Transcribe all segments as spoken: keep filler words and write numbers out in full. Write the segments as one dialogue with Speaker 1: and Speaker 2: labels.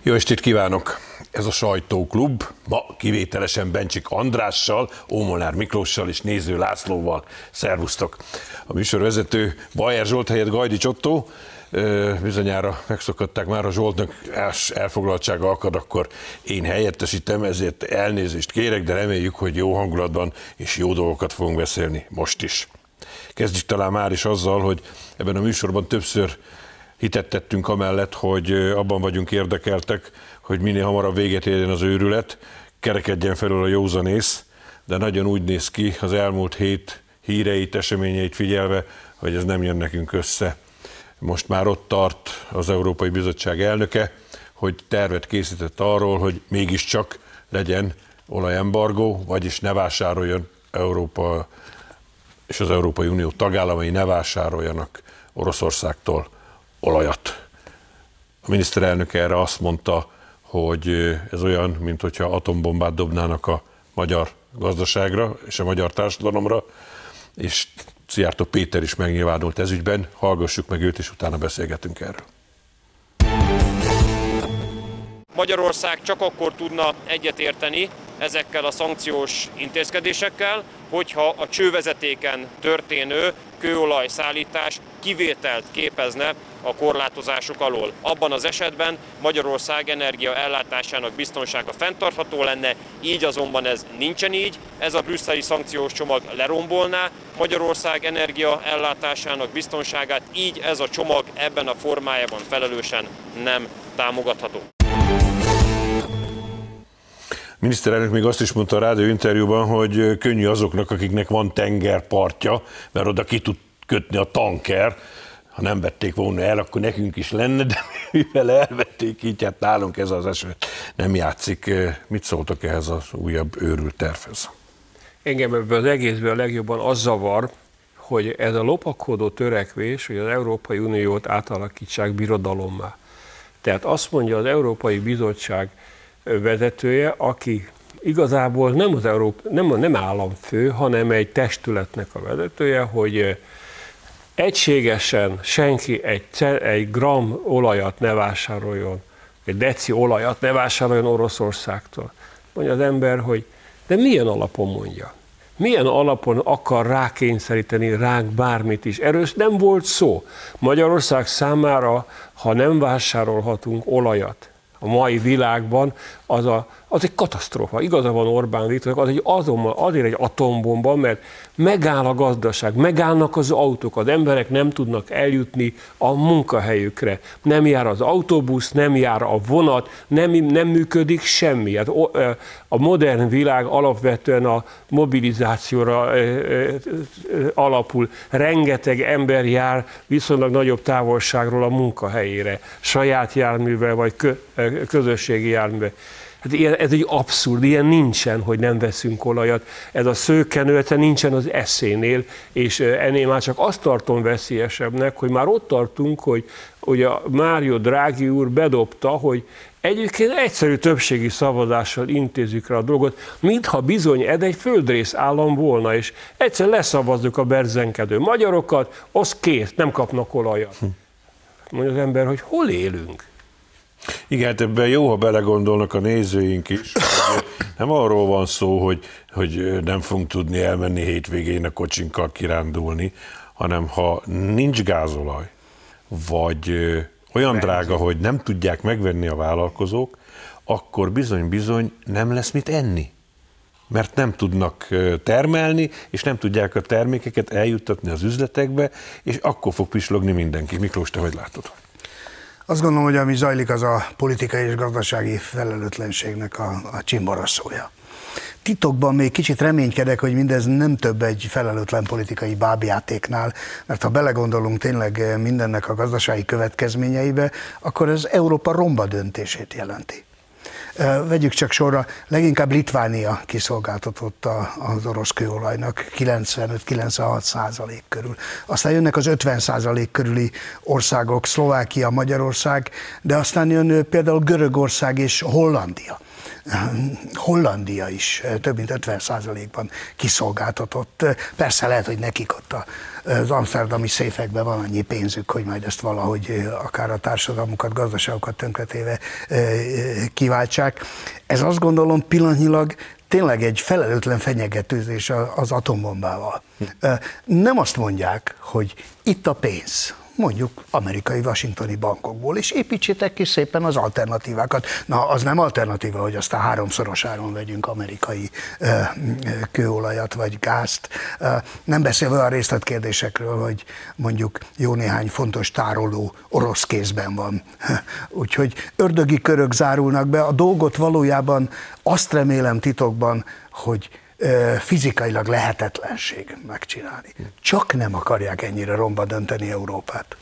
Speaker 1: Jó estét kívánok! Ez a Sajtóklub, ma kivételesen Bencsik Andrással, Ómolnár Miklóssal és Néző Lászlóval. Szervusztok! A műsorvezető Bajer Zsolt helyett Gajdics Ottó. Bizonyára megszokhatták már, a Zsoltnak elfoglaltsága akad, akkor én helyettesítem, ezért elnézést kérek, de reméljük, hogy jó hangulatban és jó dolgokat fogunk beszélni most is. Kezdjük talán már is azzal, hogy ebben a műsorban többször hitet tettünk amellett, hogy abban vagyunk érdekeltek, hogy minél hamarabb véget érjen az őrület, kerekedjen felül a józanész, de nagyon úgy néz ki az elmúlt hét híreit, eseményeit figyelve, hogy ez nem jön nekünk össze. Most már ott tart az Európai Bizottság elnöke, hogy tervet készített arról, hogy mégiscsak legyen olajembargó, vagyis ne vásároljon Európa és az Európai Unió tagállamai ne vásároljanak Oroszországtól olajat. A miniszterelnök erre azt mondta, hogy ez olyan, mint hogyha atombombát dobnának a magyar gazdaságra és a magyar társadalomra, és Szijjártó Péter is megnyilvánult ez ügyben. Hallgassuk meg őt, és utána beszélgetünk erről.
Speaker 2: Magyarország csak akkor tudna egyetérteni ezekkel a szankciós intézkedésekkel, hogyha a csővezetéken történő kőolaj szállítás kivételt képezne a korlátozások alól. Abban az esetben Magyarország energia ellátásának biztonsága fenntartható lenne, így azonban ez nincsen így, ez a brüsszeli szankciós csomag lerombolná Magyarország energia ellátásának biztonságát, így ez a csomag ebben a formájában felelősen nem támogatható.
Speaker 1: A miniszterelnök még azt is mondta a rádióinterjúban, hogy könnyű azoknak, akiknek van tengerpartja, mert oda ki tud kötni a tanker. Ha nem vették volna el, akkor nekünk is lenne, de mivel elvették így, hát nálunk ez az eset nem játszik. Mit szóltak ehhez az újabb őrült tervhez?
Speaker 3: Engem ebben az egészben a legjobban az zavar, hogy ez a lopakodó törekvés, hogy az Európai Uniót átalakítsák birodalommá. Tehát azt mondja az Európai Bizottság vezetője, aki igazából nem az Európa, nem, nem államfő, hanem egy testületnek a vezetője, hogy egységesen senki egy, egy gram olajat ne vásároljon, egy deci olajat ne vásároljon Oroszországtól. Mondja az ember, hogy de milyen alapon mondja? Milyen alapon akar rákényszeríteni ránk bármit is? Erről nem volt szó. Magyarország számára, ha nem vásárolhatunk olajat a mai világban, az, a, az egy katasztrófa. Igaza van Orbán Viktornak, az egy azonban, azért egy atombomba, mert megáll a gazdaság, megállnak az autók, az emberek nem tudnak eljutni a munkahelyükre. Nem jár az autóbusz, nem jár a vonat, nem, nem működik semmi. Hát a modern világ alapvetően a mobilizációra alapul. Rengeteg ember jár viszonylag nagyobb távolságról a munkahelyére, saját járművel vagy közösségi járművel. Hát ilyen, ez egy abszurd, ilyen nincsen, hogy nem veszünk olajat. Ez a szőkenő, nincsen az eszénél, és ennél már csak azt tartom veszélyesebbnek, hogy már ott tartunk, hogy, hogy a Mário Draghi úr bedobta, hogy egyébként egyszerű többségi szavazással intézzük rá a dolgot, mintha bizony ez egy földrész állam volna, és egyszer leszavazzuk a berzenkedő magyarokat, az kész, nem kapnak olajat. Mondja az ember, hogy hol élünk?
Speaker 1: Igen, hát ebben jó, ha belegondolnak a nézőink is. Nem arról van szó, hogy, hogy nem fogunk tudni elmenni hétvégén a kocsinkkal kirándulni, hanem ha nincs gázolaj, vagy olyan drága, hogy nem tudják megvenni a vállalkozók, akkor bizony-bizony nem lesz mit enni. Mert nem tudnak termelni, és nem tudják a termékeket eljuttatni az üzletekbe, és akkor fog pislogni mindenki. Miklós, te hogy látod?
Speaker 4: Azt gondolom, hogy ami zajlik, az a politikai és gazdasági felelőtlenségnek a, a csimboraszója. Titokban még kicsit reménykedek, hogy mindez nem több egy felelőtlen politikai bábjátéknál, mert ha belegondolunk tényleg mindennek a gazdasági következményeibe, akkor ez Európa romba döntését jelenti. Vegyük csak sorra, leginkább Litvánia kiszolgáltatott az orosz kőolajnak kilencvenöt-kilencvenhat százalék körül. Aztán jönnek az ötven százalék körüli országok, Szlovákia, Magyarország, de aztán jön például Görögország és Hollandia. Hollandia is több mint ötven százalékban kiszolgáltatott. Persze lehet, hogy nekik ott az amszterdami széfekben van annyi pénzük, hogy majd ezt valahogy akár a társadalmukat, gazdaságokat tönkretéve kiváltsák. Ez azt gondolom pillanatnyilag tényleg egy felelőtlen fenyegetőzés az atombombával. Nem azt mondják, hogy itt a pénz, mondjuk amerikai, washingtoni bankokból, és építsétek ki szépen az alternatívákat. Na, az nem alternatíva, hogy aztán háromszoros áron vegyünk amerikai ö, kőolajat vagy gázt. Ö, nem beszélve olyan részletkérdésekről, hogy mondjuk jó néhány fontos tároló orosz kézben van. Úgyhogy ördögi körök zárulnak be. A dolgot valójában azt remélem titokban, hogy fizikailag lehetetlenség megcsinálni. Csak nem akarják ennyire romba dönteni Európát.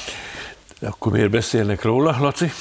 Speaker 1: De akkor miért beszélnek róla, Laci?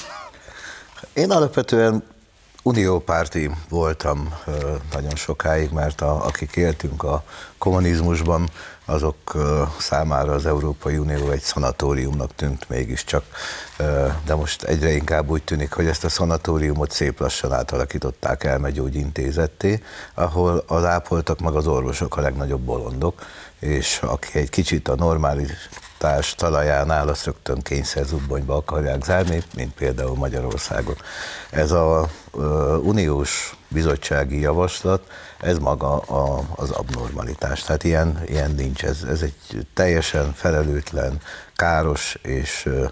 Speaker 5: Én alapvetően uniópárti voltam nagyon sokáig, mert a, akik éltünk a kommunizmusban, azok számára az Európai Unió egy szanatóriumnak tűnt mégiscsak, de most egyre inkább úgy tűnik, hogy ezt a szanatóriumot szép lassan átalakították elmegyógyintézetté, ahol az ápoltak meg az orvosok a legnagyobb bolondok, és aki egy kicsit a normalitás talaján áll, azt rögtön kényszerzubbonyba akarják zárni, mint például Magyarországon. Ez az uniós bizottsági javaslat, ez maga a, az abnormalitás. Tehát ilyen, ilyen nincs. Ez, ez egy teljesen felelőtlen, káros és ö,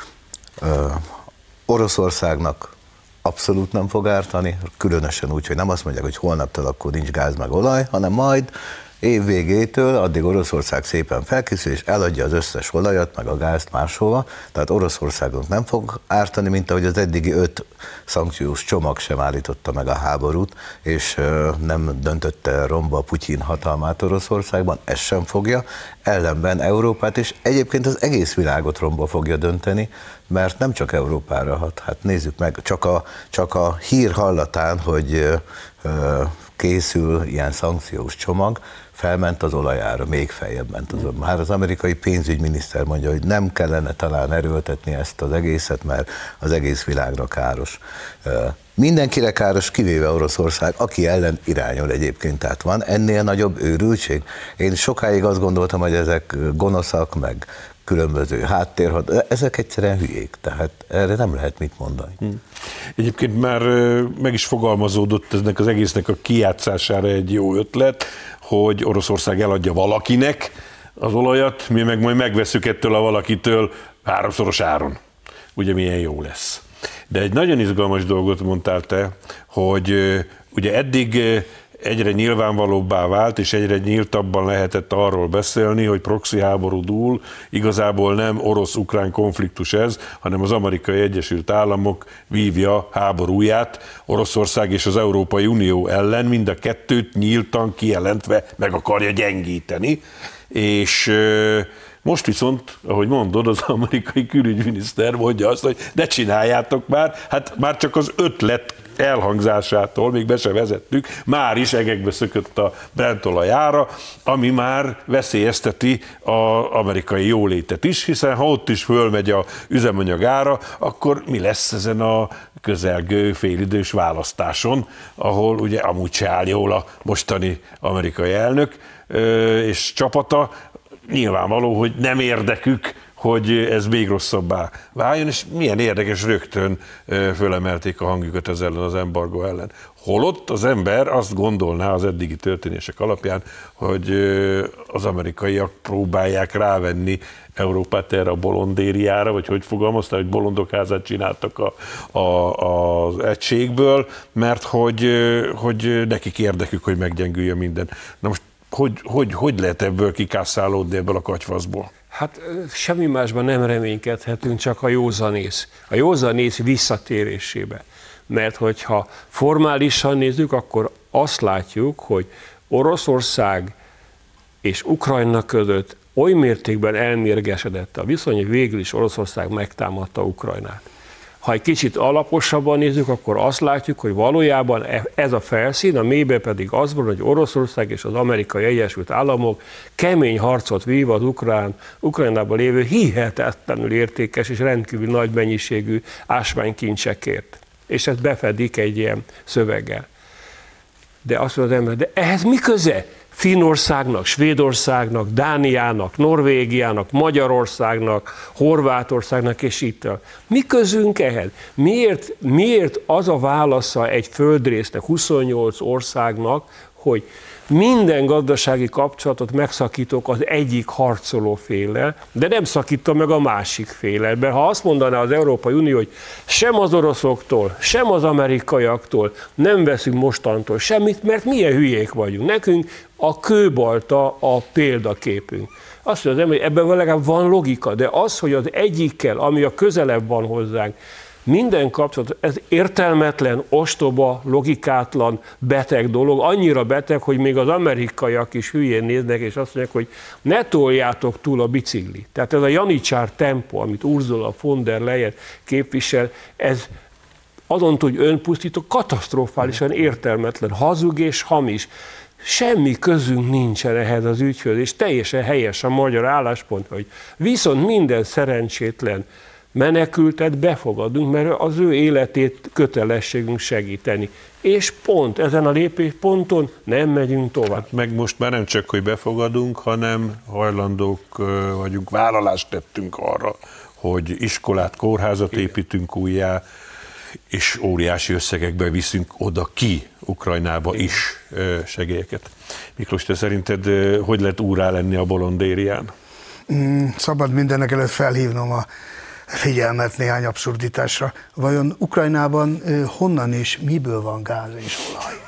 Speaker 5: ö, Oroszországnak abszolút nem fog ártani, különösen úgy, hogy nem azt mondják, hogy holnaptól akkor nincs gáz meg olaj, hanem majd év végétől addig Oroszország szépen felkészül, és eladja az összes olajat, meg a gázt máshova, tehát Oroszországnak nem fog ártani, mint ahogy az eddigi öt szankciós csomag sem állította meg a háborút, és nem döntötte romba Putyin hatalmát Oroszországban, ez sem fogja, ellenben Európát, és egyébként az egész világot romba fogja dönteni, mert nem csak Európára hat. Hát nézzük meg, csak a, csak a hír hallatán, hogy készül ilyen szankciós csomag, felment az olajára, még feljebb ment az. Már az amerikai pénzügyminiszter mondja, hogy nem kellene talán erőltetni ezt az egészet, mert az egész világra káros. Mindenkire káros, kivéve Oroszország, aki ellen irányol egyébként, tehát van ennél nagyobb őrültség. Én sokáig azt gondoltam, hogy ezek gonoszak, meg különböző háttérhat, ezek egyszerűen hülyék, tehát erre nem lehet mit mondani.
Speaker 1: Egyébként már meg is fogalmazódott ennek az egésznek a kijátszására egy jó ötlet, hogy Oroszország eladja valakinek az olajat, mi meg majd megveszük ettől a valakitől háromszoros áron. Ugye milyen jó lesz. De egy nagyon izgalmas dolgot mondtál te, hogy ugye eddig egyre nyilvánvalóbbá vált, és egyre nyíltabban lehetett arról beszélni, hogy proxy háború dúl, igazából nem orosz-ukrán konfliktus ez, hanem az Amerikai Egyesült Államok vívja háborúját Oroszország és az Európai Unió ellen, mind a kettőt nyíltan kijelentve meg akarja gyengíteni, és most viszont, ahogy mondod, az amerikai külügyminiszter mondja azt, hogy ne csináljátok már, hát már csak az ötlet elhangzásától, még be se vezettük, már is egekbe szökött a Brent-olaj ára, ami már veszélyezteti az amerikai jólétet is, hiszen ha ott is fölmegy a üzemanyag ára, akkor mi lesz ezen a közelgő félidős választáson, ahol ugye amúgy se áll jól a mostani amerikai elnök és csapata. Nyilvánvaló, hogy nem érdekük, hogy ez még rosszabbá váljon, és milyen érdekes, rögtön fölemelték a hangjukat ez ellen, az embargó ellen. Holott az ember azt gondolná az eddigi történések alapján, hogy az amerikaiak próbálják rávenni Európát erre a bolondériára, vagy hogy fogalmaztál, hogy bolondokházát csináltak a, a, az egységből, mert hogy, hogy nekik érdekük, hogy meggyengüljön minden. Na most hogy, hogy, hogy lehet ebből kikászálódni, ebből a katyvaszból?
Speaker 3: Hát semmi másban nem reménykedhetünk, csak a józanész. A józanész visszatérésébe. Mert hogyha formálisan nézzük, akkor azt látjuk, hogy Oroszország és Ukrajna között oly mértékben elmérgesedett a viszony, hogy végül is Oroszország megtámadta Ukrajnát. Ha egy kicsit alaposabban nézzük, akkor azt látjuk, hogy valójában ez a felszín, a mélyben pedig az van, hogy Oroszország és az Amerikai Egyesült Államok kemény harcot vív az Ukrán, Ukrajnában lévő hihetetlenül értékes és rendkívül nagy mennyiségű ásványkincsekért. és ezt befedik egy ilyen szöveggel. De azt mondja az ember, de ehhez mi köze? Finnországnak, Svédországnak, Dániának, Norvégiának, Magyarországnak, Horvátországnak, és itt. Mi közünk ehhez? Miért, miért az a válasza egy földrésznek, huszonnyolc országnak, hogy minden gazdasági kapcsolatot megszakítok az egyik harcoló féllel, de nem szakítom meg a másik féllel. Mert ha azt mondaná az Európai Unió, hogy sem az oroszoktól, sem az amerikaiaktól nem veszünk mostantól semmit, mert milyen hülyék vagyunk. Nekünk a kőbalta a példaképünk. Azt mondom, hogy ebben legalább van logika, de az, hogy az egyikkel, ami a közelebb van hozzánk, minden kapcsolat, ez értelmetlen, ostoba, logikátlan, beteg dolog, annyira beteg, hogy még az amerikaiak is hülyén néznek, és azt mondják, hogy ne toljátok túl a biciklit. Tehát ez a janicsár tempó, amit Ursula von der Leyen képvisel, ez azon túl, hogy önpusztító, katasztrofálisan értelmetlen, hazug és hamis. Semmi közünk nincsen ehhez az ügyhöz, és teljesen helyes a magyar álláspont, hogy viszont minden szerencsétlen menekültet befogadunk, mert az ő életét kötelességünk segíteni. És pont ezen a lépésponton nem megyünk tovább.
Speaker 1: Meg most már nem csak, hogy befogadunk, hanem hajlandók vagyunk, vállalást tettünk arra, hogy iskolát, kórházat építünk újjá, és óriási összegekbe viszünk oda ki, Ukrajnába is segélyeket. Miklós, te szerinted hogy lehet úrrá lenni a bolondérián?
Speaker 4: Szabad mindenek előtt felhívnom a figyelmet néhány abszurditásra. Vajon Ukrajnában honnan és miből van gáz és olaj?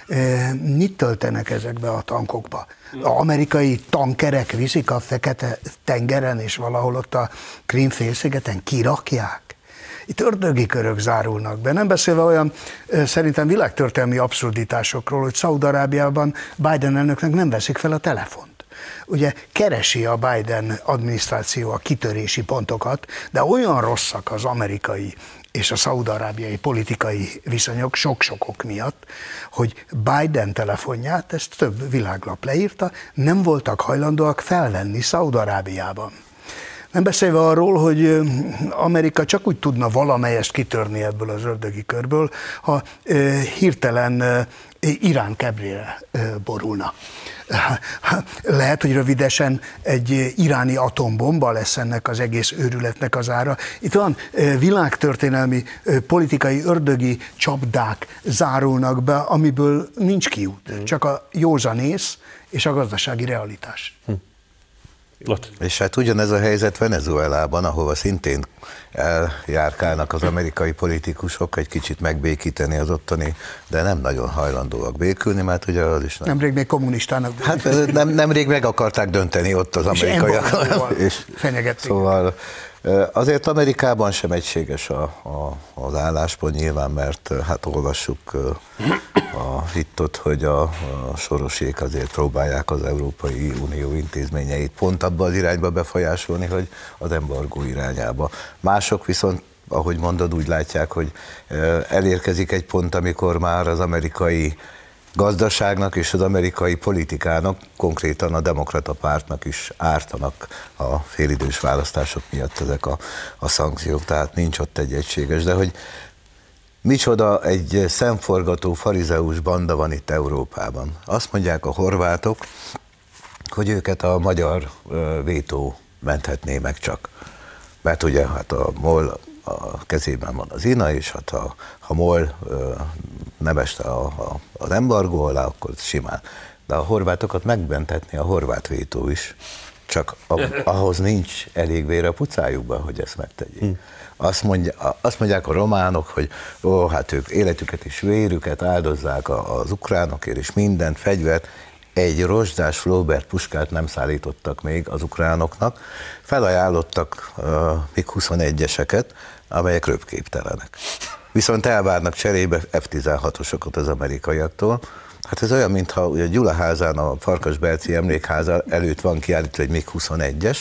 Speaker 4: Mit töltenek ezekbe a tankokba? A amerikai tankerek viszik a Fekete-tengeren, és valahol ott a Krím-félszigeten kirakják? Itt ördögi körök zárulnak be. Nem beszélve olyan szerintem világtörténelmi abszurditásokról, hogy Szaúd-Arábiában Biden elnöknek nem veszik fel a telefont. Ugye keresi a Biden adminisztráció a kitörési pontokat, de olyan rosszak az amerikai és a szaúd-arábiai politikai viszonyok sok-sok ok miatt, hogy Biden telefonját, ezt több világlap leírta, nem voltak hajlandóak felvenni Szaúd-Arábiában. Nem beszélve arról, hogy Amerika csak úgy tudna valamelyest kitörni ebből az ördögi körből, ha hirtelen Irán kebrére borulna. Lehet, hogy rövidesen egy iráni atombomba lesz ennek az egész őrületnek az ára. Itt van világtörténelmi, politikai, ördögi csapdák zárulnak be, amiből nincs kiút. Mm. Csak a józanész és a gazdasági realitás. Hm.
Speaker 5: És hát ugyanez a helyzet Venezuelában, ahova szintén eljárkálnak az amerikai politikusok egy kicsit megbékíteni az ottani, de nem nagyon hajlandóak békülni, mert ugye az is nem.
Speaker 4: Nemrég még kommunistának.
Speaker 5: Hát nem, nemrég meg akarták dönteni ott az amerikaiak.
Speaker 4: És fenyegették.
Speaker 5: Szóval azért Amerikában sem egységes a, a, az álláspont nyilván, mert hát olvassuk a hittot, hogy a, a sorosék azért próbálják az Európai Unió intézményeit pont abba az irányba befolyásolni, hogy az embargó irányába. Mások viszont, ahogy mondod, úgy látják, hogy elérkezik egy pont, amikor már az amerikai gazdaságnak és az amerikai politikának, konkrétan a demokrata pártnak is ártanak a félidős választások miatt ezek a, a szankciók, tehát nincs ott egy egységes, de hogy micsoda egy szemforgató farizeus banda van itt Európában. Azt mondják a horvátok, hogy őket a magyar vétó menthetné meg csak. Mert ugye hát a MOL a kezében van az ina, és hát ha, ha MOL nem este a, a, az embargó alá, akkor simán. De a horvátokat megmentetné a horvát vétó is, csak a, ahhoz nincs elég vér a pucájukban, hogy ezt megtegyék. Hm. Azt, mondja, azt mondják a románok, hogy ó, hát ők életüket és vérüket áldozzák az ukránokért, és mindent, fegyvert. Egy rozsdás Flaubert puskát nem szállítottak még az ukránoknak, felajánlottak uh, mig huszonegyeseket, amelyek röpképtelenek. Viszont elvárnak cserébe ef tizenhatosokat az amerikaiaktól. Hát ez olyan, mintha ugye Gyulaházán, a Farkasberci emlékháza előtt van kiállítva egy mig huszonegyes,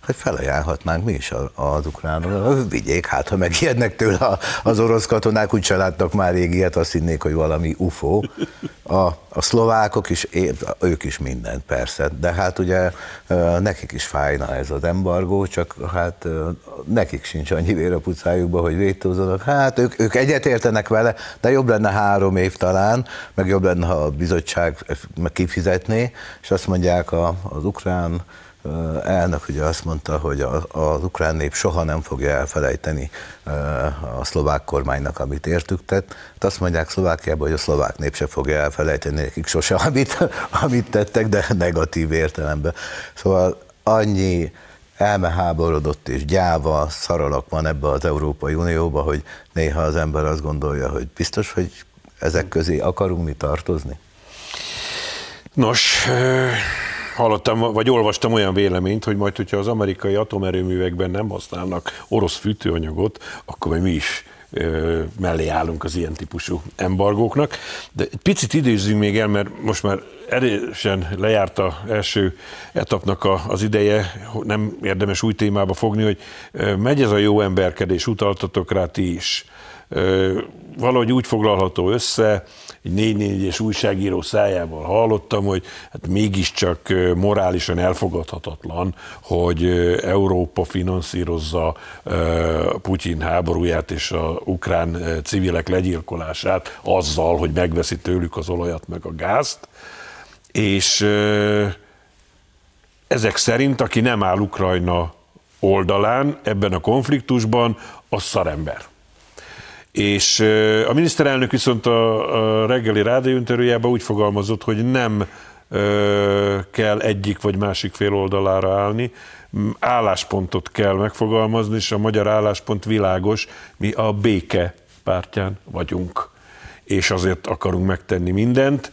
Speaker 5: hogy felajánlhatnánk mi is az ukránok. Vigyék, hát ha megijednek tőle az orosz katonák, úgyse láttak már rég ilyet, azt hinnék, hogy valami ufó. A, a szlovákok is, ők is mindent persze, de hát ugye nekik is fájna ez az embargó, csak hát nekik sincs annyi vér a pucájukba, hogy vétózzanak. Hát ők, ők egyetértenek vele, de jobb lenne három év talán, meg jobb lenne, ha a bizottság kifizetné, és azt mondják a, az ukrán elnök ugye azt mondta, hogy az ukrán nép soha nem fogja elfelejteni a szlovák kormánynak, amit értük tett. Azt mondják Szlovákiában, hogy a szlovák nép se fogja elfelejteni nekik sose, amit, amit tettek, de negatív értelemben. Szóval annyi elmeháborodott és gyáva szaralak van ebbe az Európai Unióba, hogy néha az ember azt gondolja, hogy biztos, hogy ezek közé akarunk mi tartozni?
Speaker 1: Nos, hallottam, vagy olvastam olyan véleményt, hogy majd, hogyha az amerikai atomerőművekben nem használnak orosz fűtőanyagot, akkor majd mi is ö, mellé állunk az ilyen típusú embargóknak. De egy picit időzzünk még el, mert most már erősen lejárt az első etapnak a, az ideje, nem érdemes új témába fogni, hogy ö, megy ez a jó emberkedés, utaltatok rá ti is. Ö, valahogy úgy foglalható össze, egy négy négyes újságíró szájával hallottam, hogy hát mégiscsak morálisan elfogadhatatlan, hogy Európa finanszírozza Putyin háborúját és az ukrán civilek legyilkolását azzal, hogy megveszi tőlük az olajat meg a gázt, és ezek szerint, aki nem áll Ukrajna oldalán ebben a konfliktusban, az szarember. És a miniszterelnök viszont a, a reggeli rádióinterjújában úgy fogalmazott, hogy nem ö, kell egyik vagy másik fél oldalára állni, álláspontot kell megfogalmazni, és a magyar álláspont világos, mi a béke pártján vagyunk, és azért akarunk megtenni mindent.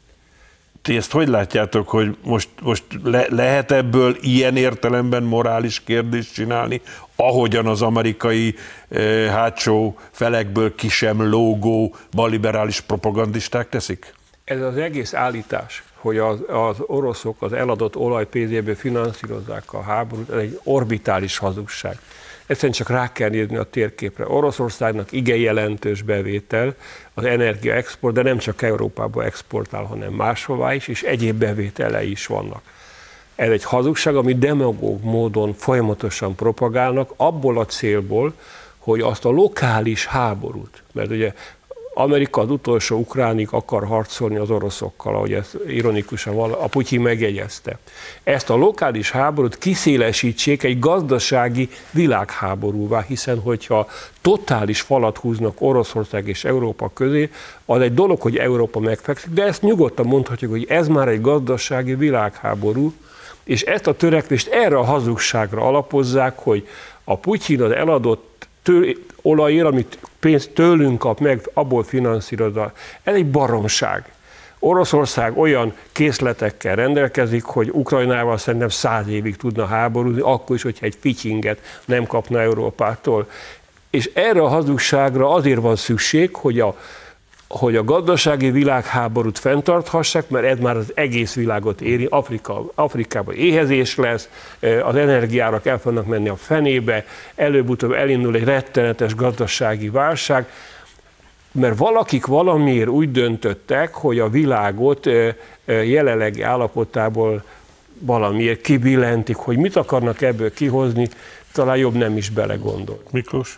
Speaker 1: Ti ezt hogy látjátok, hogy most, most le, lehet ebből ilyen értelemben morális kérdést csinálni, ahogyan az amerikai eh, hátsó felekből ki sem lógó balliberális propagandisták teszik?
Speaker 3: Ez az egész állítás, hogy az, az oroszok az eladott olajpénzéből finanszírozzák a háborút, ez egy orbitális hazugság. Egyszerűen csak rá kell nézni a térképre. Oroszországnak igen jelentős bevétel az energiaexport, de nem csak Európába exportál, hanem máshová is, és egyéb bevételei is vannak. Ez egy hazugság, amit demagóg módon folyamatosan propagálnak, abból a célból, hogy azt a lokális háborút, mert ugye Amerika az utolsó ukránig akar harcolni az oroszokkal, ahogy ezt ironikusan a Putyin megjegyezte. Ezt a lokális háborút kiszélesítsék egy gazdasági világháborúvá, hiszen hogyha totális falat húznak Oroszország és Európa közé, az egy dolog, hogy Európa megfekszik, de ezt nyugodtan mondhatjuk, hogy ez már egy gazdasági világháború, és ezt a törekvést erre a hazugságra alapozzák, hogy a Putyin az eladott től, olajért, amit pénzt tőlünk kap meg, abból finanszírozza. Ez egy baromság. Oroszország olyan készletekkel rendelkezik, hogy Ukrajnával szerintem száz évig tudna háborúzni, akkor is, hogyha egy fityinget nem kapna Európától. És erre a hazugságra azért van szükség, hogy a, hogy a gazdasági világháborút fenntarthassák, mert ez már az egész világot éri, Afrika, Afrikában éhezés lesz, az energiárak el fognak menni a fenébe, előbb-utóbb elindul egy rettenetes gazdasági válság, mert valakik valamiért úgy döntöttek, hogy a világot jelenlegi állapotából valamiért kibillentik, hogy mit akarnak ebből kihozni, talán jobb nem is belegondolni.
Speaker 1: Miklós?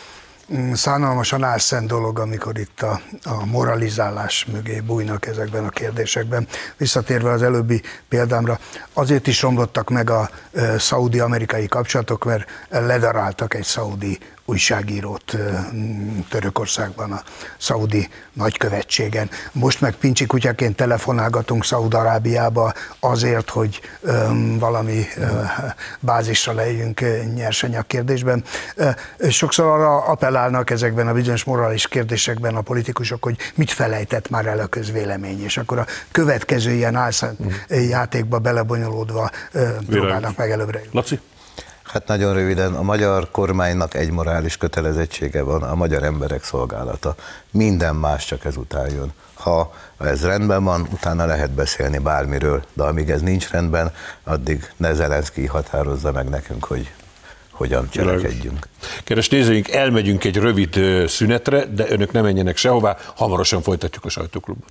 Speaker 4: Szánalmasan álszent dolog, amikor itt a, a moralizálás mögé bújnak ezekben a kérdésekben. Visszatérve az előbbi példámra, azért is romlottak meg a e, szaudi-amerikai kapcsolatok, mert ledaráltak egy szaudi újságírót Törökországban, a szaudi nagykövetségen. Most meg pincsi kutyaként telefonálgatunk Szaúd-Arábiába azért, hogy öm, valami öm, bázisra lejjünk nyersanyag kérdésben. Sokszor arra appellálnak ezekben a bizonyos morális kérdésekben a politikusok, hogy mit felejtett már el a közvélemény, és akkor a következő ilyen álszent játékba belebonyolódva próbálnak meg előbbre.
Speaker 1: Laci?
Speaker 5: Hát nagyon röviden, a magyar kormánynak egy morális kötelezettsége van, a magyar emberek szolgálata. Minden más csak ezután jön. Ha ez rendben van, utána lehet beszélni bármiről, de amíg ez nincs rendben, addig ne Zelenszky határozza meg nekünk, hogy hogyan cselekedjünk.
Speaker 1: Kedves nézőink, elmegyünk egy rövid szünetre, de önök nem menjenek sehová, hamarosan folytatjuk a Sajtóklubot.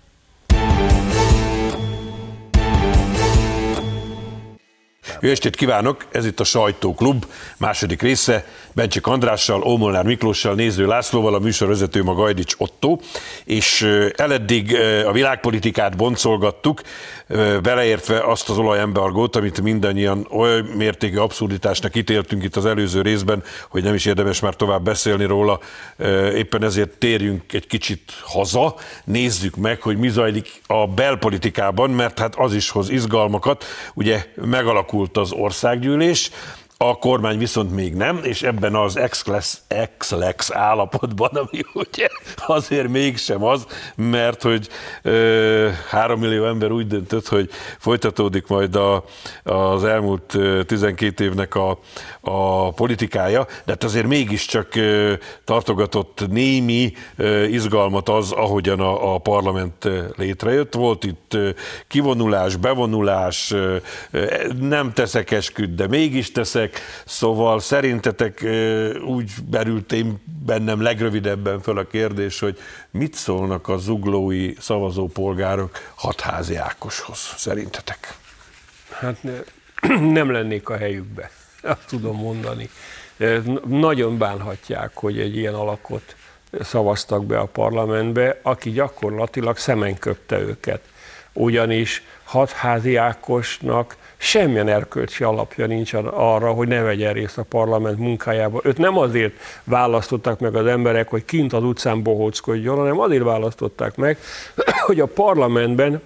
Speaker 1: Jó estét kívánok! Ez itt a Sajtóklub második része. Bencsik Andrással, Ómolnár Miklóssal, Néző Lászlóval, a műsorvezető a Gajdics Ottó, és eleddig a világpolitikát boncolgattuk, beleértve azt az olajembargót, amit mindannyian oly mértékű abszurditásnak ítéltünk itt az előző részben, hogy nem is érdemes már tovább beszélni róla. Éppen ezért térjünk egy kicsit haza, nézzük meg, hogy mi zajlik a belpolitikában, mert hát az is hoz izgalmakat. Ugye megalakult az országgyűlés, a kormány viszont még nem, és ebben az ex-lex állapotban, ami ugye azért mégsem az, mert hogy ö, három millió ember úgy döntött, hogy folytatódik majd a, az elmúlt tizenkét évnek a, a politikája, de hát azért mégiscsak ö, tartogatott némi ö, izgalmat az, ahogyan a, a parlament létrejött. Volt itt ö, kivonulás, bevonulás, ö, nem teszek esküt, de mégis teszek. Szóval szerintetek úgy berült én bennem legrövidebben föl a kérdés, hogy mit szólnak a zuglói szavazópolgárok Hatházi Ákoshoz, szerintetek?
Speaker 3: Hát nem lennék a helyükbe, azt tudom mondani. Nagyon bánhatják, hogy egy ilyen alakot szavaztak be a parlamentbe, aki gyakorlatilag szemen köpte őket. Ugyanis Hatházi Ákosnak semmilyen erkölcsi alapja nincs arra, hogy ne vegyen részt a parlament munkájába. Őt nem azért választották meg az emberek, hogy kint az utcán bohóckodjon, hanem azért választották meg, hogy a parlamentben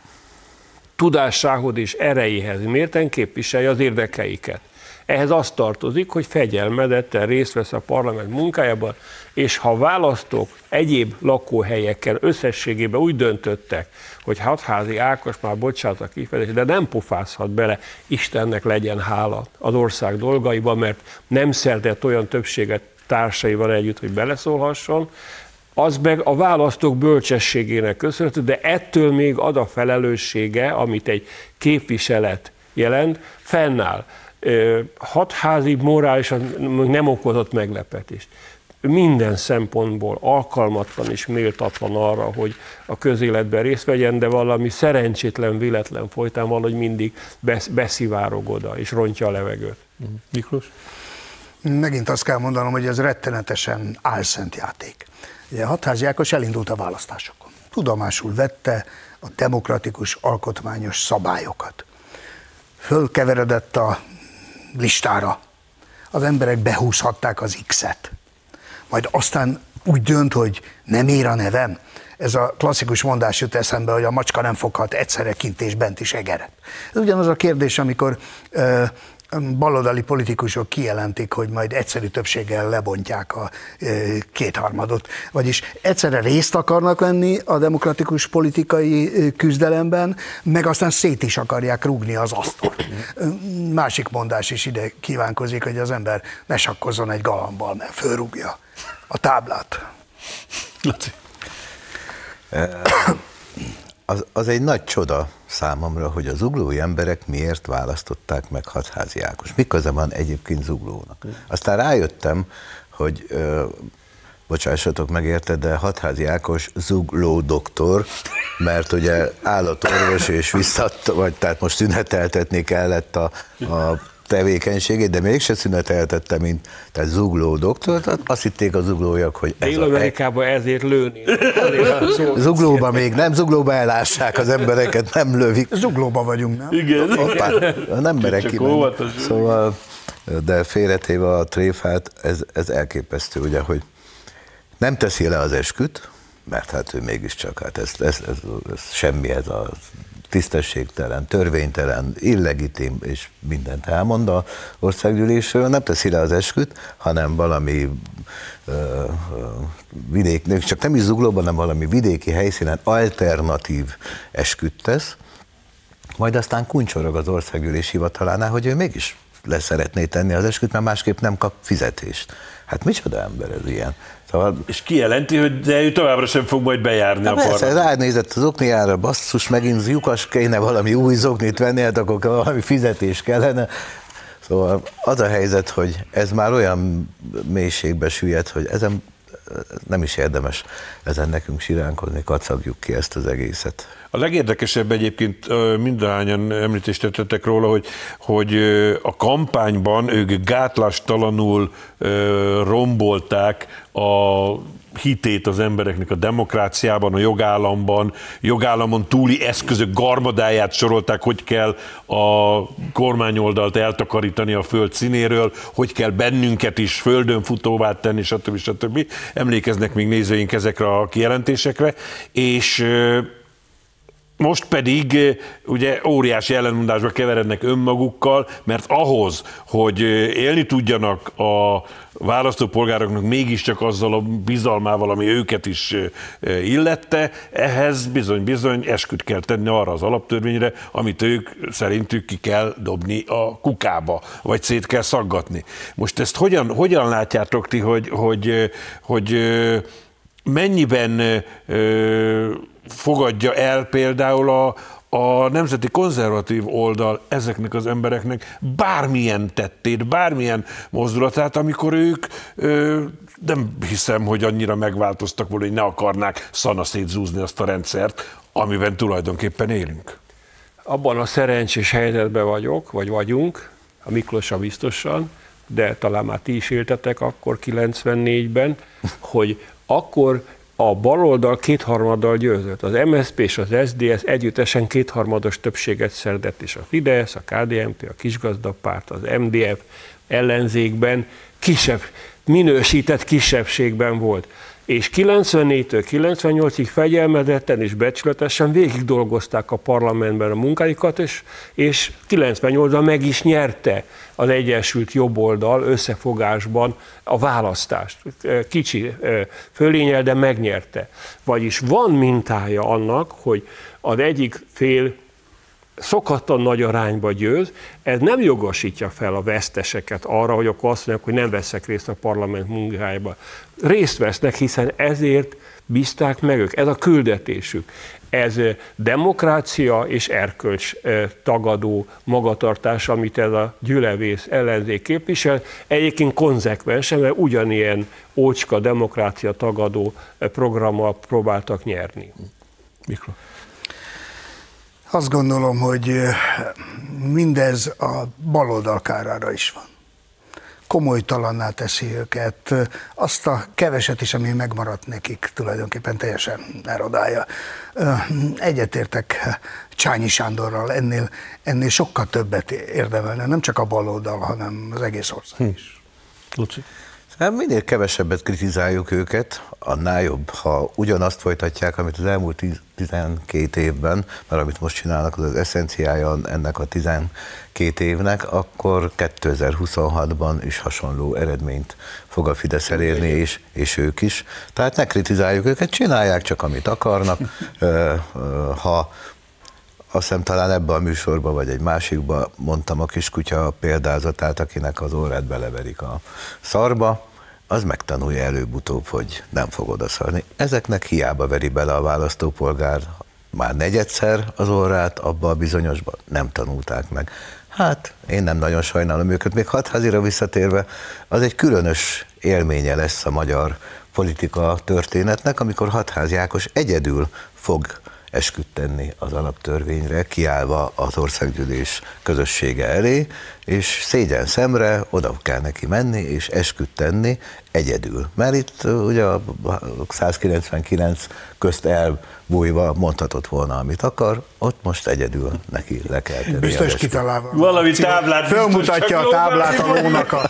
Speaker 3: tudásához és erejéhez mérten képviselje az érdekeiket. Ehhez az tartozik, hogy fegyelmezetten részt vesz a parlament munkájában, és ha választók egyéb lakóhelyeken összességében úgy döntöttek, hogy Hatházi Ákos, már bocsánat a kifejezés, de nem pofázhat bele, Istennek legyen hála az ország dolgaiba, mert nem szerzett olyan többséget társaival együtt, hogy beleszólhasson, az meg a választók bölcsességének köszönhető, de ettől még ad a felelőssége, amit egy képviselet jelent, fennáll. Hatházi morálisan nem okozott meglepetést. Minden szempontból alkalmatlan és méltatlan arra, hogy a közéletben részt vegyen, de valami szerencsétlen, véletlen folytán valahogy mindig beszivárog oda, és rontja a levegőt.
Speaker 1: Miklós?
Speaker 4: Megint azt kell mondanom, hogy ez rettenetesen álszent játék. Ugye Hatházi Ákos elindult a választásokon. Tudomásul vette a demokratikus, alkotmányos szabályokat. Fölkeveredett a listára. Az emberek behúzhatták az X-et. Majd aztán úgy dönt, hogy nem ér a nevem. Ez a klasszikus mondás jut eszembe, hogy a macska nem foghat egyszerre kint és bent is egeret. Ez ugyanaz a kérdés, amikor ö, baloldali politikusok kijelentik, hogy majd egyszerű többséggel lebontják a ö, kétharmadot. Vagyis egyszerre részt akarnak venni a demokratikus politikai ö, küzdelemben, meg aztán szét is akarják rúgni az asztalt. Másik mondás is ide kívánkozik, hogy az ember ne sakkozzon egy galambal, mert fölrúgja a táblát.
Speaker 1: Laci.
Speaker 5: Az, az egy nagy csoda számomra, hogy az zuglói emberek miért választották meg Hatházi Ákos. Mi köze van egyébként Zuglónak? Aztán rájöttem, hogy ö, bocsássatok meg érte, de Hatházi Ákos zugló doktor, mert ugye állatorvos és visszat, vagy tehát most szüneteltetni kellett a, a tevékenységét, de mégse szüneteltette, mint tehát zugló doktor, tehát azt hitték a zuglóiak, hogy ez
Speaker 3: Dél-Amerikában ezért lőni.
Speaker 5: Zuglóba még nem, zuglóba ellássák az embereket, nem lövik.
Speaker 4: Zuglóba vagyunk, nem?
Speaker 1: Igen.
Speaker 5: Hoppá, nem merek kimenni. Szóval, de félretéve a tréfát, ez, ez elképesztő, ugye, hogy nem teszi le az esküt, mert hát ő mégiscsak, hát ez, ez, ez, ez semmi, ez a tisztességtelen, törvénytelen, illegitim, és mindent elmond a országgyűlésről, nem teszi le az esküt, hanem valami uh, uh, vidék, csak nem is Zuglóban, hanem valami vidéki helyszínen alternatív esküt tesz, majd aztán kuncsorog az országgyűlés hivatalánál, hogy ő mégis le szeretné tenni az esküt, mert másképp nem kap fizetést. Hát micsoda ember ez ilyen? Szóval...
Speaker 1: És kijelenti, hogy de ő továbbra sem fog majd bejárni a
Speaker 5: parlament. Persze, ránézett az okniára, basszus, megint lyukas, kéne valami új zoknit venni, hát akkor valami fizetés kellene. Szóval az a helyzet, hogy ez már olyan mélységbe süllyed, hogy ezen nem is érdemes ezen nekünk siránkozni, kacagjuk ki ezt az egészet.
Speaker 1: A legérdekesebb egyébként mindannyian említést tettetek róla, hogy, hogy a kampányban ők gátlástalanul rombolták a hitét az embereknek a demokráciában, a jogállamban, jogállamon túli eszközök garmadáját sorolták, hogy kell a kormányoldalt eltakarítani a föld színéről, hogy kell bennünket is földön futóvá tenni, stb. stb. Emlékeznek még nézőink ezekre a kijelentésekre, és most pedig ugye óriási ellenmondásba keverednek önmagukkal, mert ahhoz, hogy élni tudjanak a választópolgároknak mégiscsak azzal a bizalmával, ami őket is illette, ehhez bizony-bizony esküt kell tenni arra az alaptörvényre, amit ők szerintük ki kell dobni a kukába, vagy szét kell szaggatni. Most ezt hogyan, hogyan látjátok ti, hogy, hogy, hogy mennyiben fogadja el például a, a nemzeti konzervatív oldal ezeknek az embereknek bármilyen tettét, bármilyen mozdulatát, amikor ők ö, nem hiszem, hogy annyira megváltoztak volna, hogy ne akarnák szanaszét zúzni azt a rendszert, amiben tulajdonképpen élünk.
Speaker 3: Abban a szerencsés helyzetben vagyok, vagy vagyunk, a Miklóssal biztosan, de talán már ti is éltetek akkor kilencvennégyben, hogy akkor a baloldal kétharmaddal győzött. Az em es zé pé és az es zé dé es együttesen kétharmados többséget szerzett, és a Fidesz, a ká dé en pé, a Kisgazdapárt, az em dé ef ellenzékben kisebb, minősített kisebbségben volt. És kilencvennégytől kilencvennyolcig fegyelmezetten és becsületesen végig dolgozták a parlamentben a munkáikat, és, és kilencvennyolcban meg is nyerte az Egyesült Jobboldal összefogásban a választást. Kicsi fölényel, de megnyerte. Vagyis van mintája annak, hogy az egyik fél szokatlan nagy arányba győz, ez nem jogosítja fel a veszteseket arra, hogy akkor azt mondják, hogy nem veszek részt a parlament munkájába. Részt vesznek, hiszen ezért bízták meg ők, ez a küldetésük. Ez demokrácia és erkölcs tagadó magatartás, amit ez a gyülevész ellenzék képvisel. Egyébként konzekvensen, mert ugyanilyen ócska demokrácia tagadó programmal próbáltak nyerni.
Speaker 1: Miklós?
Speaker 4: Azt gondolom, hogy mindez a baloldal kárára is van. Komolytalanná teszi őket, azt a keveset is, ami megmaradt nekik, tulajdonképpen teljesen erodálja. Egyetértek Csányi Sándorral, ennél, ennél sokkal többet érdemelne, nem csak a baloldal, hanem az egész ország is.
Speaker 1: Luci?
Speaker 5: Minél kevesebbet kritizáljuk őket, annál jobb, ha ugyanazt folytatják, amit az elmúlt tizenkét évben, mert amit most csinálnak, az az eszenciája ennek a tizenkét évnek, akkor kétezer-huszonhatban is hasonló eredményt fog a Fidesz elérni, és, és ők is. Tehát ne kritizáljuk őket, csinálják csak, amit akarnak. Ha azt hiszem talán ebben a műsorban, vagy egy másikban mondtam a kiskutya példázatát, akinek az órát beleverik a szarba, az megtanulja előbb-utóbb, hogy nem fog odaszarni. Ezeknek hiába veri bele a választópolgár már negyedszer az órát, abba a bizonyosban nem tanulták meg. Hát én nem nagyon sajnálom őket, még Hatházira visszatérve, az egy különös élménye lesz a magyar politika történetnek, amikor Hatházi Ákos egyedül fog esküt tenni az alaptörvényre, kiállva az országgyűlés közössége elé, és szégyen szemre oda kell neki menni, és esküt tenni egyedül. Mert itt ugye a százkilencvenkilenc közt elbújva mondhatott volna, amit akar, ott most egyedül neki le kell tenni.
Speaker 4: Biztos kitalálva.
Speaker 1: Valami táblát
Speaker 4: fölmutatja a táblát a lónak a...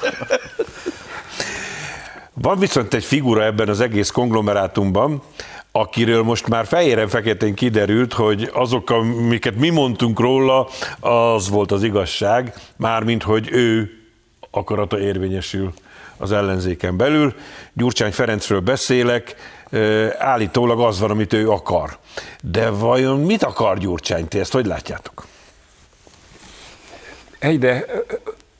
Speaker 1: Van viszont egy figura ebben az egész konglomerátumban, akiről most már fehéren-feketén kiderült, hogy azok, amiket mi mondtunk róla, az volt az igazság, mármint, hogy ő akarata érvényesül az ellenzéken belül. Gyurcsány Ferencről beszélek, állítólag az van, amit ő akar. De vajon mit akar Gyurcsány? Ti ezt hogy látjátok?
Speaker 3: Egyre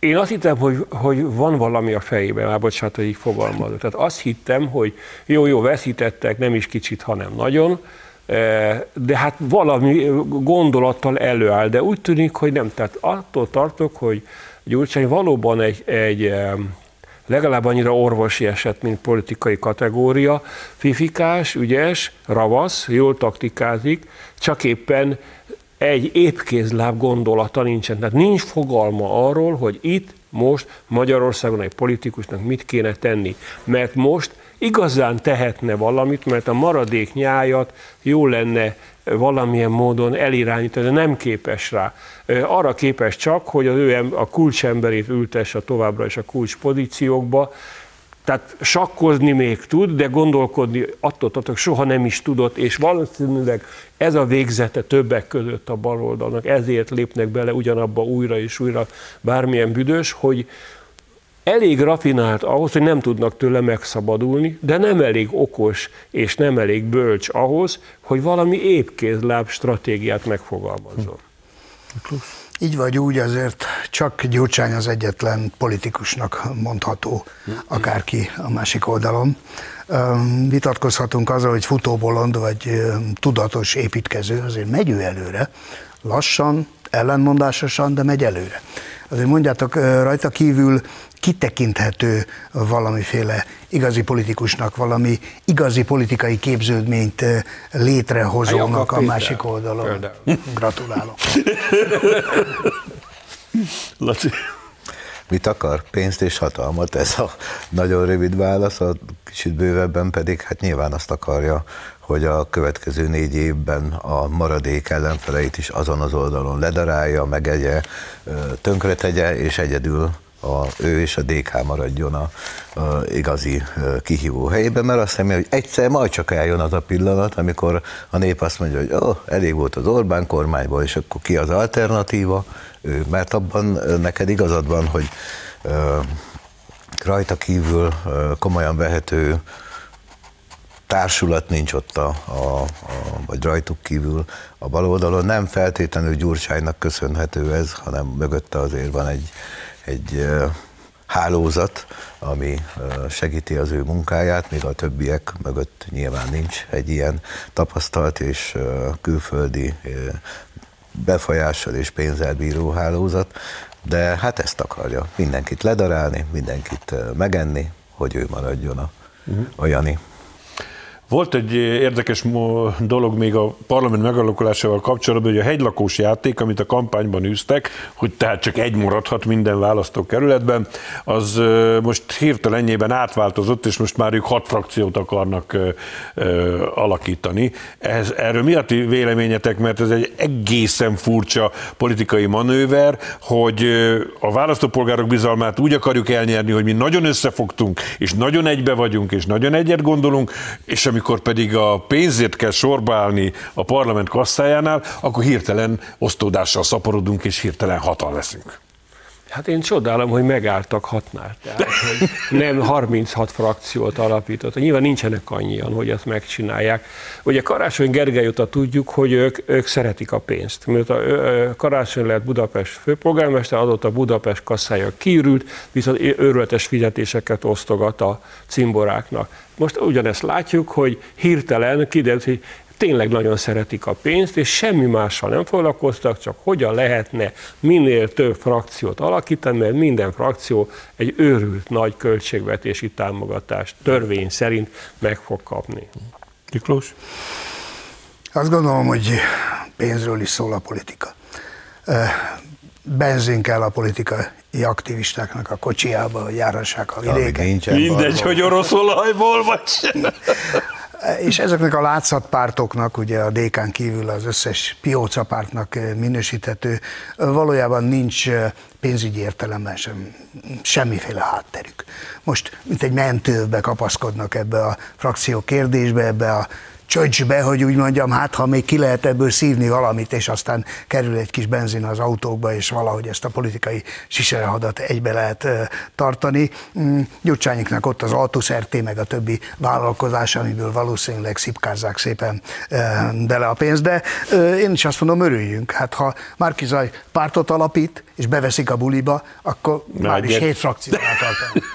Speaker 3: Én azt hittem, hogy, hogy van valami a fejében, már bocsánat, hogy így fogalmazok. Tehát azt hittem, hogy jó, jó, veszítettek, nem is kicsit, hanem nagyon, de hát valami gondolattal előáll, de úgy tűnik, hogy nem. Tehát attól tartok, hogy Gyurcsány valóban egy, egy legalább annyira orvosi eset, mint politikai kategória, fifikás, ügyes, ravasz, jól taktikázik, csak éppen egy épkézláb gondolata nincsen. Tehát nincs fogalma arról, hogy itt most Magyarországon egy politikusnak mit kéne tenni. Mert most igazán tehetne valamit, mert a maradék nyájat jó lenne valamilyen módon elirányítani, de nem képes rá. Arra képes csak, hogy az ő a kulcsemberét ültesse továbbra is a kulcs pozíciókba. Tehát sakkozni még tud, de gondolkodni attól tartok soha nem is tudott, és valószínűleg ez a végzete többek között a baloldalnak, ezért lépnek bele ugyanabba újra és újra bármilyen büdös, hogy elég rafinált ahhoz, hogy nem tudnak tőle megszabadulni, de nem elég okos és nem elég bölcs ahhoz, hogy valami épkézláb stratégiát megfogalmazzon.
Speaker 4: Így vagy úgy, azért csak Gyurcsány az egyetlen politikusnak mondható, akárki a másik oldalon. Vitatkozhatunk azzal, hogy futóbolond vagy tudatos építkező, azért megy ő előre, lassan, ellenmondásosan, de megy előre. Azért mondjátok, rajta kívül kitekinthető valamiféle igazi politikusnak, valami igazi politikai képződményt létrehozónak a másik oldalon. Például. Gratulálok.
Speaker 1: Laci.
Speaker 5: Mit akar? Pénzt és hatalmat? Ez a nagyon rövid válasz, a kicsit bővebben pedig hát nyilván azt akarja, hogy a következő négy évben a maradék ellenfeleit is azon az oldalon ledarálja, megegye, tönkretegye, és egyedül a, ő és a dé ká maradjon a, a igazi kihívó helyében, mert azt hiszem, hogy egyszer majd csak eljön az a pillanat, amikor a nép azt mondja, hogy oh, elég volt az Orbán kormányból, és akkor ki az alternatíva, ő, mert abban neked igazad van, hogy uh, rajta kívül uh, komolyan vehető társulat nincs ott, a, a, a, vagy rajtuk kívül a baloldalon. Nem feltétlenül Gyurcsánynak köszönhető ez, hanem mögötte azért van egy, egy uh, hálózat, ami uh, segíti az ő munkáját, míg a többiek mögött nyilván nincs egy ilyen tapasztalt és uh, külföldi uh, befolyással és pénzzel bíró hálózat, de hát ezt akarja, mindenkit ledarálni, mindenkit megenni, hogy ő maradjon a, uh-huh. a Jani.
Speaker 1: Volt egy érdekes dolog még a parlament megalakulásával kapcsolatban, hogy a hegylakós játék, amit a kampányban űztek, hogy tehát csak egy maradhat minden választókerületben, az most hirtelennyében átváltozott, és most már ők hat frakciót akarnak alakítani. Ez, erről mi a ti véleményetek, mert ez egy egészen furcsa politikai manőver, hogy a választópolgárok bizalmát úgy akarjuk elnyerni, hogy mi nagyon összefogtunk, és nagyon egybe vagyunk, és nagyon egyet gondolunk, és amikor pedig a pénzért kell sorba állni a parlament kasszájánál, akkor hirtelen osztódással szaporodunk, és hirtelen hatan leszünk.
Speaker 3: Hát én csodálom, hogy megálltak hatnál. Tehát, hogy nem harminchat frakciót alapított. Nyilván nincsenek annyian, hogy ezt megcsinálják. Ugye Karácsony Gergelyóta tudjuk, hogy ők, ők szeretik a pénzt. Mert a Karácsony lett Budapest főpolgármester, adott a Budapest kasszája kiürült, viszont őrületes fizetéseket osztogat a cimboráknak. Most ugyanezt látjuk, hogy hirtelen kiderült, hogy tényleg nagyon szeretik a pénzt, és semmi mással nem foglalkoztak, csak hogyan lehetne minél több frakciót alakítani, mert minden frakció egy őrült nagy költségvetési támogatást törvény szerint meg fog kapni.
Speaker 1: Miklós?
Speaker 4: Azt gondolom, hogy pénzről is szól a politika. Benzin kell a politikai aktivistáknak a kocsiába, hogy járhassák a vidéken.
Speaker 1: Mindegy, hogy orosz olajból vagy.
Speaker 4: És ezeknek a látszatpártoknak, ugye a dé kán kívül az összes piócapártnak minősíthető, valójában nincs pénzügyi értelemben sem semmiféle hátterük. Most, mint egy mentőbe kapaszkodnak ebbe a frakció kérdésbe, ebbe a csöcsbe, hogy úgy mondjam, hát ha még ki lehet ebből szívni valamit, és aztán kerül egy kis benzin az autókba, és valahogy ezt a politikai siserehadat egybe lehet tartani. Gyurcsányiknak ott az Altus er té, meg a többi vállalkozás, amiből valószínűleg szipkázzák szépen bele a pénzt, de én is azt mondom, örüljünk. Hát ha Márki-Zay pártot alapít, és beveszik a buliba, akkor Na, már is hét frakciónál tartanak.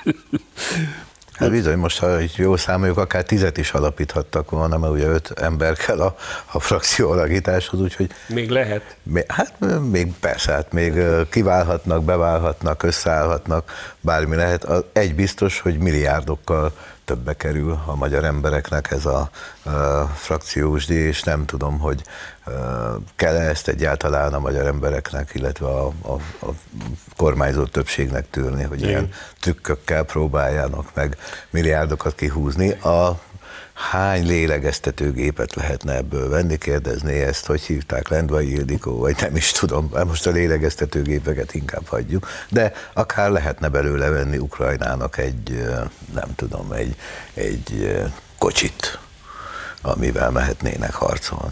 Speaker 5: Hát bizony, most ha jól számoljuk, akár tizet is alapíthattak volna, mert ugye öt ember kell a, a frakció alakításhoz, úgyhogy...
Speaker 3: Még lehet?
Speaker 5: Még, hát még persze, hát még kiválhatnak, beválhatnak, összeállhatnak, bármi lehet. Egy biztos, hogy milliárdokkal többe kerül a magyar embereknek ez a, a frakciós díj, és nem tudom, hogy uh, kell-e ezt egyáltalán a magyar embereknek, illetve a, a, a kormányzó többségnek tűrni, hogy Igen. ilyen trükkökkel próbáljanak meg milliárdokat kihúzni. A hány lélegeztetőgépet lehetne ebből venni, kérdezné ezt, hogy hívták, Lendvai Ildikó, vagy nem is tudom, most a lélegeztetőgépeket inkább hagyjuk, de akár lehetne belőle venni Ukrajnának egy, nem tudom, egy, egy kocsit, amivel mehetnének harcolni.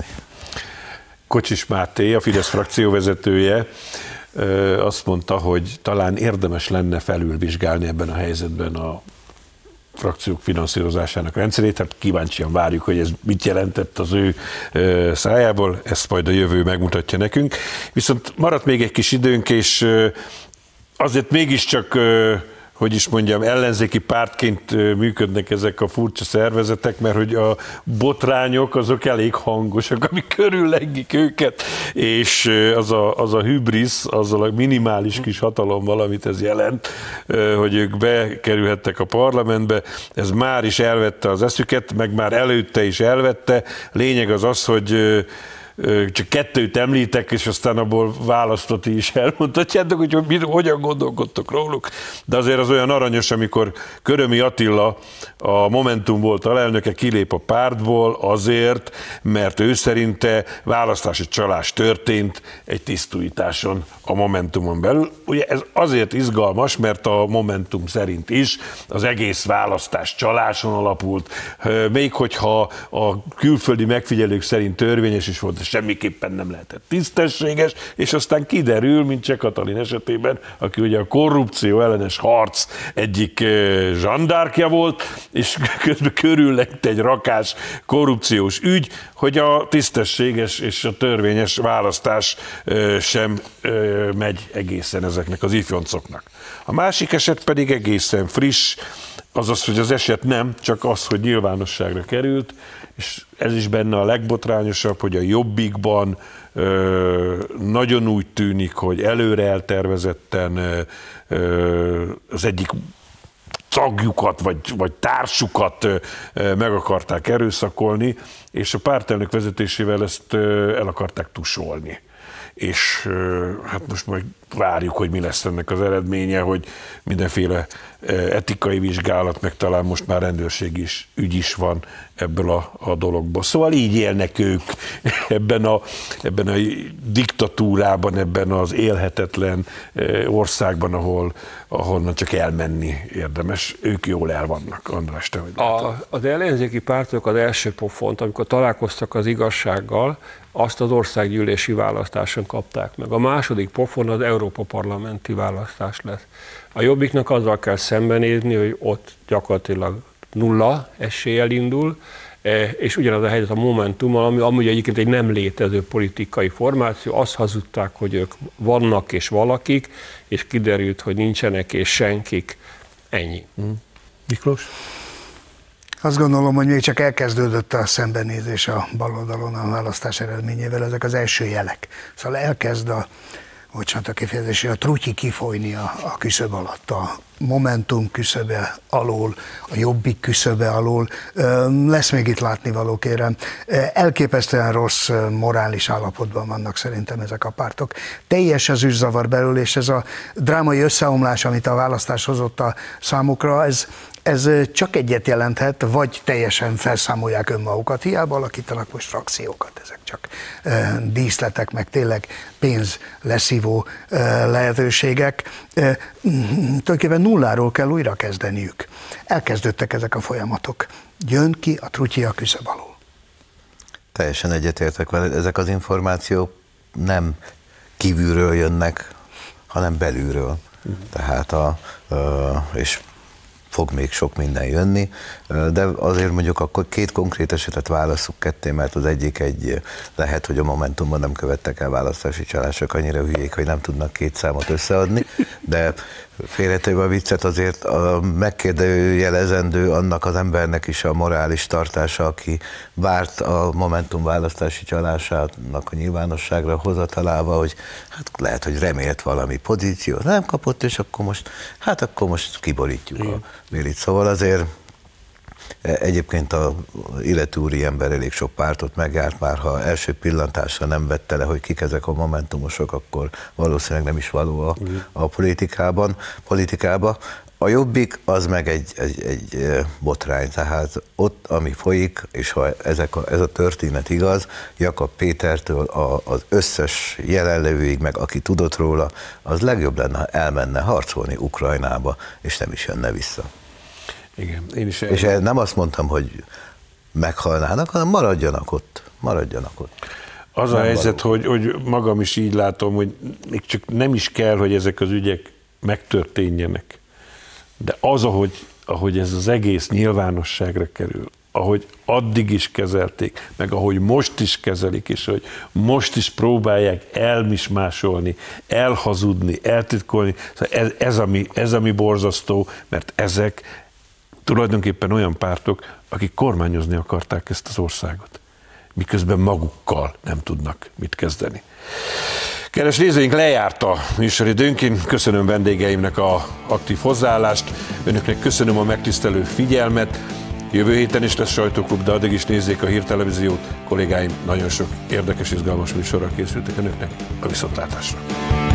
Speaker 1: Kocsis Máté, a Fidesz frakcióvezetője, azt mondta, hogy talán érdemes lenne felülvizsgálni ebben a helyzetben a frakciók finanszírozásának rendszerét, tehát kíváncsian várjuk, hogy ez mit jelentett az ő szájából, ezt majd a jövő megmutatja nekünk. Viszont maradt még egy kis időnk, és azért mégiscsak, hogy is mondjam, ellenzéki pártként működnek ezek a furcsa szervezetek, mert hogy a botrányok azok elég hangosak, amik körüllengik őket, és az a, az a hübrisz, azzal a minimális kis hatalommal, amit ez jelent, hogy ők bekerülhettek a parlamentbe, ez már is elvette az eszüket, meg már előtte is elvette. Lényeg az az, hogy csak kettőt említek, és aztán abból választott is elmondhatjátok, hogy mi, hogyan gondolkodtok róluk. De azért az olyan aranyos, amikor Körömi Attila, a Momentum volt alelnöke, kilép a pártból azért, mert ő szerinte választási csalás történt egy tisztújításon a Momentumon belül. Ugye ez azért izgalmas, mert a Momentum szerint is az egész választás csaláson alapult, még hogyha a külföldi megfigyelők szerint törvényes is volt, semmiképpen nem lehetett tisztességes, és aztán kiderül, mint Cseh Katalin esetében, aki ugye a korrupció ellenes harc egyik zsandárkja volt, és közben körüllett egy rakás korrupciós ügy, hogy a tisztességes és a törvényes választás sem megy egészen ezeknek az ifjoncoknak. A másik eset pedig egészen friss, azaz, hogy az eset nem, csak az, hogy nyilvánosságra került, és ez is benne a legbotrányosabb, hogy a Jobbikban ö, nagyon úgy tűnik, hogy előre eltervezetten ö, ö, az egyik tagjukat vagy, vagy társukat ö, meg akarták erőszakolni, és a pártelnök vezetésével ezt ö, el akarták tusolni. És hát most majd várjuk, hogy mi lesz ennek az eredménye, hogy mindenféle etikai vizsgálat, meg talán most már rendőrségi is, ügy is van ebből a, a dologból. Szóval így élnek ők ebben a, ebben a diktatúrában, ebben az élhetetlen országban, ahol, ahonnan csak elmenni érdemes. Ők jól el vannak. András, te vagy
Speaker 3: a, az ellenzéki pártok az első pofont, amikor találkoztak az igazsággal, azt az országgyűlési választáson kapták meg. A második pofon az Európa parlamenti választás lesz. A Jobbiknak azzal kell szembenézni, hogy ott gyakorlatilag nulla eséllyel indul, és ugyanaz a helyzet a Momentummal, ami amúgy egyébként egy nem létező politikai formáció. Azt hazudták, hogy ők vannak és valakik, és kiderült, hogy nincsenek és senkik. Ennyi.
Speaker 1: Hmm. Miklós?
Speaker 4: Azt gondolom, hogy még csak elkezdődött a szembenézés a baloldalon a választás eredményével, ezek az első jelek. Szóval elkezd a, bocsánat a kifejezésre, a trutyi kifolyni a, a küszöb alatt, a Momentum küszöbe alól, a Jobbik küszöbe alól. Lesz még itt látnivaló, kérem. Elképesztően rossz morális állapotban vannak szerintem ezek a pártok. Teljes az űrzavar belül, és ez a drámai összeomlás, amit a választás hozott a számukra, ez Ez csak egyet jelenthet, vagy teljesen felszámolják önmagukat, hiába alakítanak most frakciókat, ezek csak díszletek, meg tényleg pénz leszívó lehetőségek. Tulajdonképpen nulláról kell újra kezdeniük. Elkezdődtek ezek a folyamatok. Jön ki a trutyi a küszöb alól.
Speaker 5: Teljesen egyetértek vele. Ezek az információk nem kívülről jönnek, hanem belülről. Tehát a, és fog még sok minden jönni, de azért mondjuk akkor két konkrét esetet válasszuk ketté, mert az egyik egy lehet, hogy a Momentumban nem követtek el választási csalások, annyira hülyék, hogy nem tudnak két számot összeadni, de félretéve a viccet, azért a megkérdőjelezendő annak az embernek is a morális tartása, aki várt a Momentum választási csalásának a nyilvánosságra hozatalával, hogy hát lehet, hogy remélt valami pozíciót, nem kapott, és akkor most, hát akkor most kiborítjuk Igen. a vélit. Szóval azért egyébként az illető úri ember elég sok pártot megjárt már, ha első pillantásra nem vette le, hogy kik ezek a momentumosok, akkor valószínűleg nem is való a, a politikában, politikába. A Jobbik az meg egy, egy, egy botrány, tehát ott, ami folyik, és ha ezek a, ez a történet igaz, Jakab Pétertől a, az összes jelenlevőig, meg aki tudott róla, az legjobb lenne, ha elmenne harcolni Ukrajnába, és nem is jönne vissza.
Speaker 1: Igen, én is el...
Speaker 5: És nem azt mondtam, hogy meghalnának, hanem maradjanak ott, maradjanak ott.
Speaker 1: Az
Speaker 5: nem
Speaker 1: a helyzet,
Speaker 5: való.
Speaker 1: hogy, hogy magam is így látom, hogy még csak nem is kell, hogy ezek az ügyek megtörténjenek. De az, ahogy, ahogy ez az egész nyilvánosságra kerül, ahogy addig is kezelték, meg ahogy most is kezelik, és hogy most is próbálják elmismásolni, elhazudni, eltitkolni, szóval ez, ez, ami, ez ami borzasztó, mert ezek tulajdonképpen olyan pártok, akik kormányozni akarták ezt az országot, miközben magukkal nem tudnak mit kezdeni. Kedves nézőink, lejárt a műsoridőnk. Én köszönöm vendégeimnek az aktív hozzáállást, önöknek köszönöm a megtisztelő figyelmet. Jövő héten is lesz sajtóklub, de addig is nézzék a Hírtelevíziót. Kollégáim nagyon sok érdekes, izgalmas műsorral készültek önöknek. A viszontlátásra!